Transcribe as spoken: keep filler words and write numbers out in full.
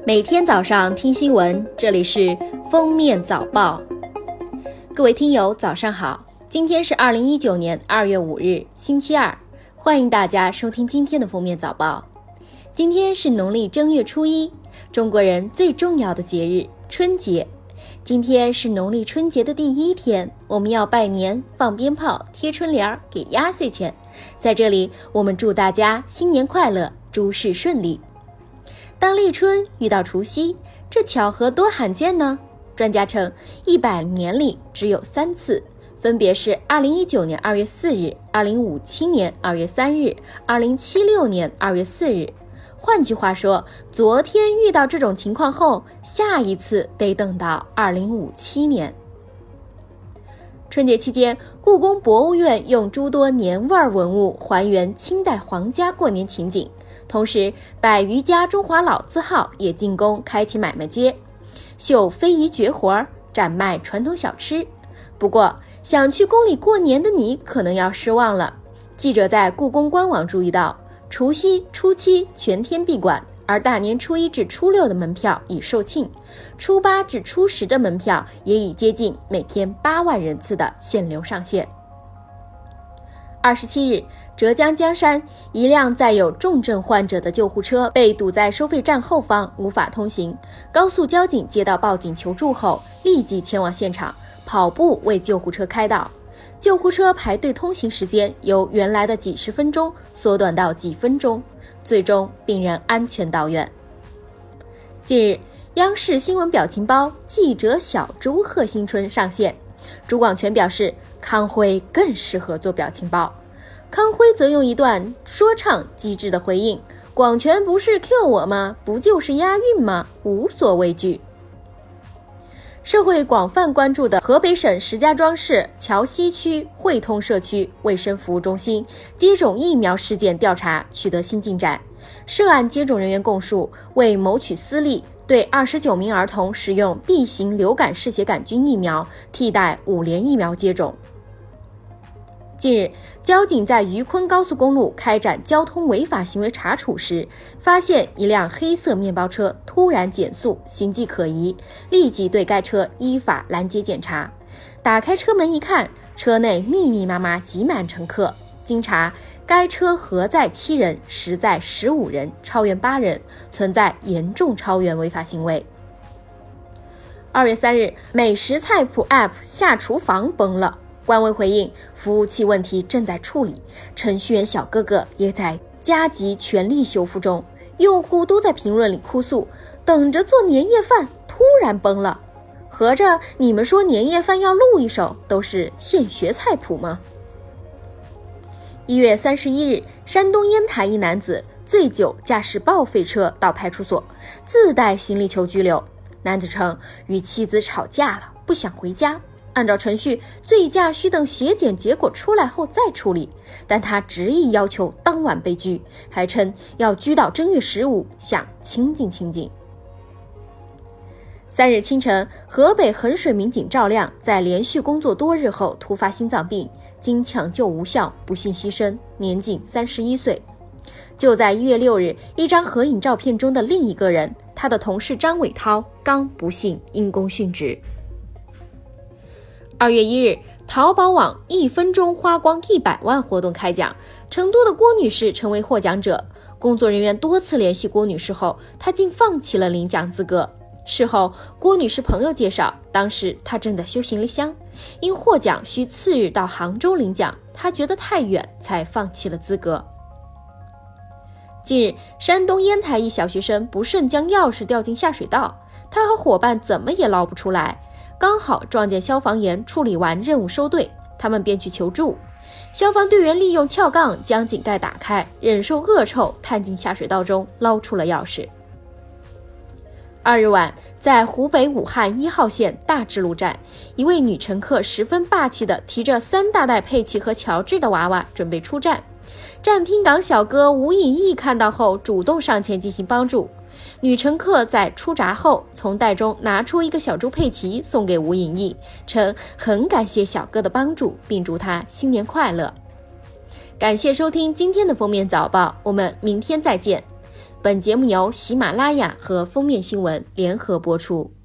每天早上听新闻，这里是封面早报。各位听友早上好，今天是二零一九年二月五日星期二，欢迎大家收听今天的封面早报。今天是农历正月初一，中国人最重要的节日春节。今天是农历春节的第一天，我们要拜年、放鞭炮、贴春联、给压岁钱。在这里，我们祝大家新年快乐，诸事顺利。当立春遇到除夕，这巧合多罕见呢？专家称，一百年里只有三次，分别是二零一九年二月四日、二零五七年二月三日、二零七六年二月四日。换句话说，昨天遇到这种情况后，下一次得等到二零五七年。春节期间，故宫博物院用诸多年味文物还原清代皇家过年情景，同时百余家中华老字号也进宫开启买卖街，秀非遗绝活，展卖传统小吃。不过，想去宫里过年的你可能要失望了。记者在故宫官网注意到，除夕、初七全天闭馆，而大年初一至初六的门票已售罄，初八至初十的门票也已接近每天八万人次的限流上限。二十七日，浙江江山一辆载有重症患者的救护车被堵在收费站后方，无法通行。高速交警接到报警求助后，立即前往现场，跑步为救护车开道。救护车排队通行时间由原来的几十分钟缩短到几分钟，最终病人安全到院。近日，央视新闻表情包记者小猪贺新春上线，朱广权表示康辉更适合做表情包，康辉则用一段说唱机智的回应，广权不是 Q 我吗？不就是押韵吗？无所畏惧。社会广泛关注的河北省石家庄市桥西区汇通社区卫生服务中心接种疫苗事件调查取得新进展，涉案接种人员供述，为谋取私利，对二十九名儿童使用 B 型流感嗜血杆菌疫苗替代五联疫苗接种。近日，交警在渝昆高速公路开展交通违法行为查处时，发现一辆黑色面包车突然减速，形迹可疑，立即对该车依法拦截检查。打开车门一看，车内密密麻麻挤满乘客。经查，该车核载七人，实载十五人，超员八人，存在严重超员违法行为。二月三日，美食菜谱 App 下厨房崩了。官微回应，服务器问题正在处理，程序员小哥哥也在加急全力修复中。用户都在评论里哭诉，等着做年夜饭突然崩了。合着你们说年夜饭要录一手都是现学菜谱吗？一月三十一日，山东烟台一男子醉酒驾驶报废车到派出所，自带行李求拘留。男子称与妻子吵架了，不想回家。按照程序，醉驾需等血检结果出来后再处理，但他执意要求当晚被拘，还称要拘到正月十五，想清静清静。三日清晨，河北衡水民警赵亮在连续工作多日后突发心脏病，经抢救无效，不幸牺牲，年仅三十一岁。就在一月六日，一张合影照片中的另一个人，他的同事张伟涛刚不幸因公殉职。二月一日，淘宝网一分钟花光一百万活动开奖，成都的郭女士成为获奖者。工作人员多次联系郭女士后，她竟放弃了领奖资格。事后，郭女士朋友介绍，当时她正在修行李箱，因获奖需次日到杭州领奖，她觉得太远，才放弃了资格。近日，山东烟台一小学生不慎将钥匙掉进下水道，他和伙伴怎么也捞不出来，刚好撞见消防员处理完任务收队，他们便去求助。消防队员利用撬杠将井盖打开，忍受恶臭探进下水道中，捞出了钥匙。二日晚，在湖北武汉一号线大智路站，一位女乘客十分霸气地提着三大袋佩奇和乔治的娃娃准备出站。站厅岗小哥吴颖义看到后主动上前进行帮助。女乘客在出闸后，从袋中拿出一个小猪佩奇送给吴颖义，称很感谢小哥的帮助，并祝他新年快乐。感谢收听今天的封面早报，我们明天再见。 本节目由喜马拉雅和封面新闻联合播出。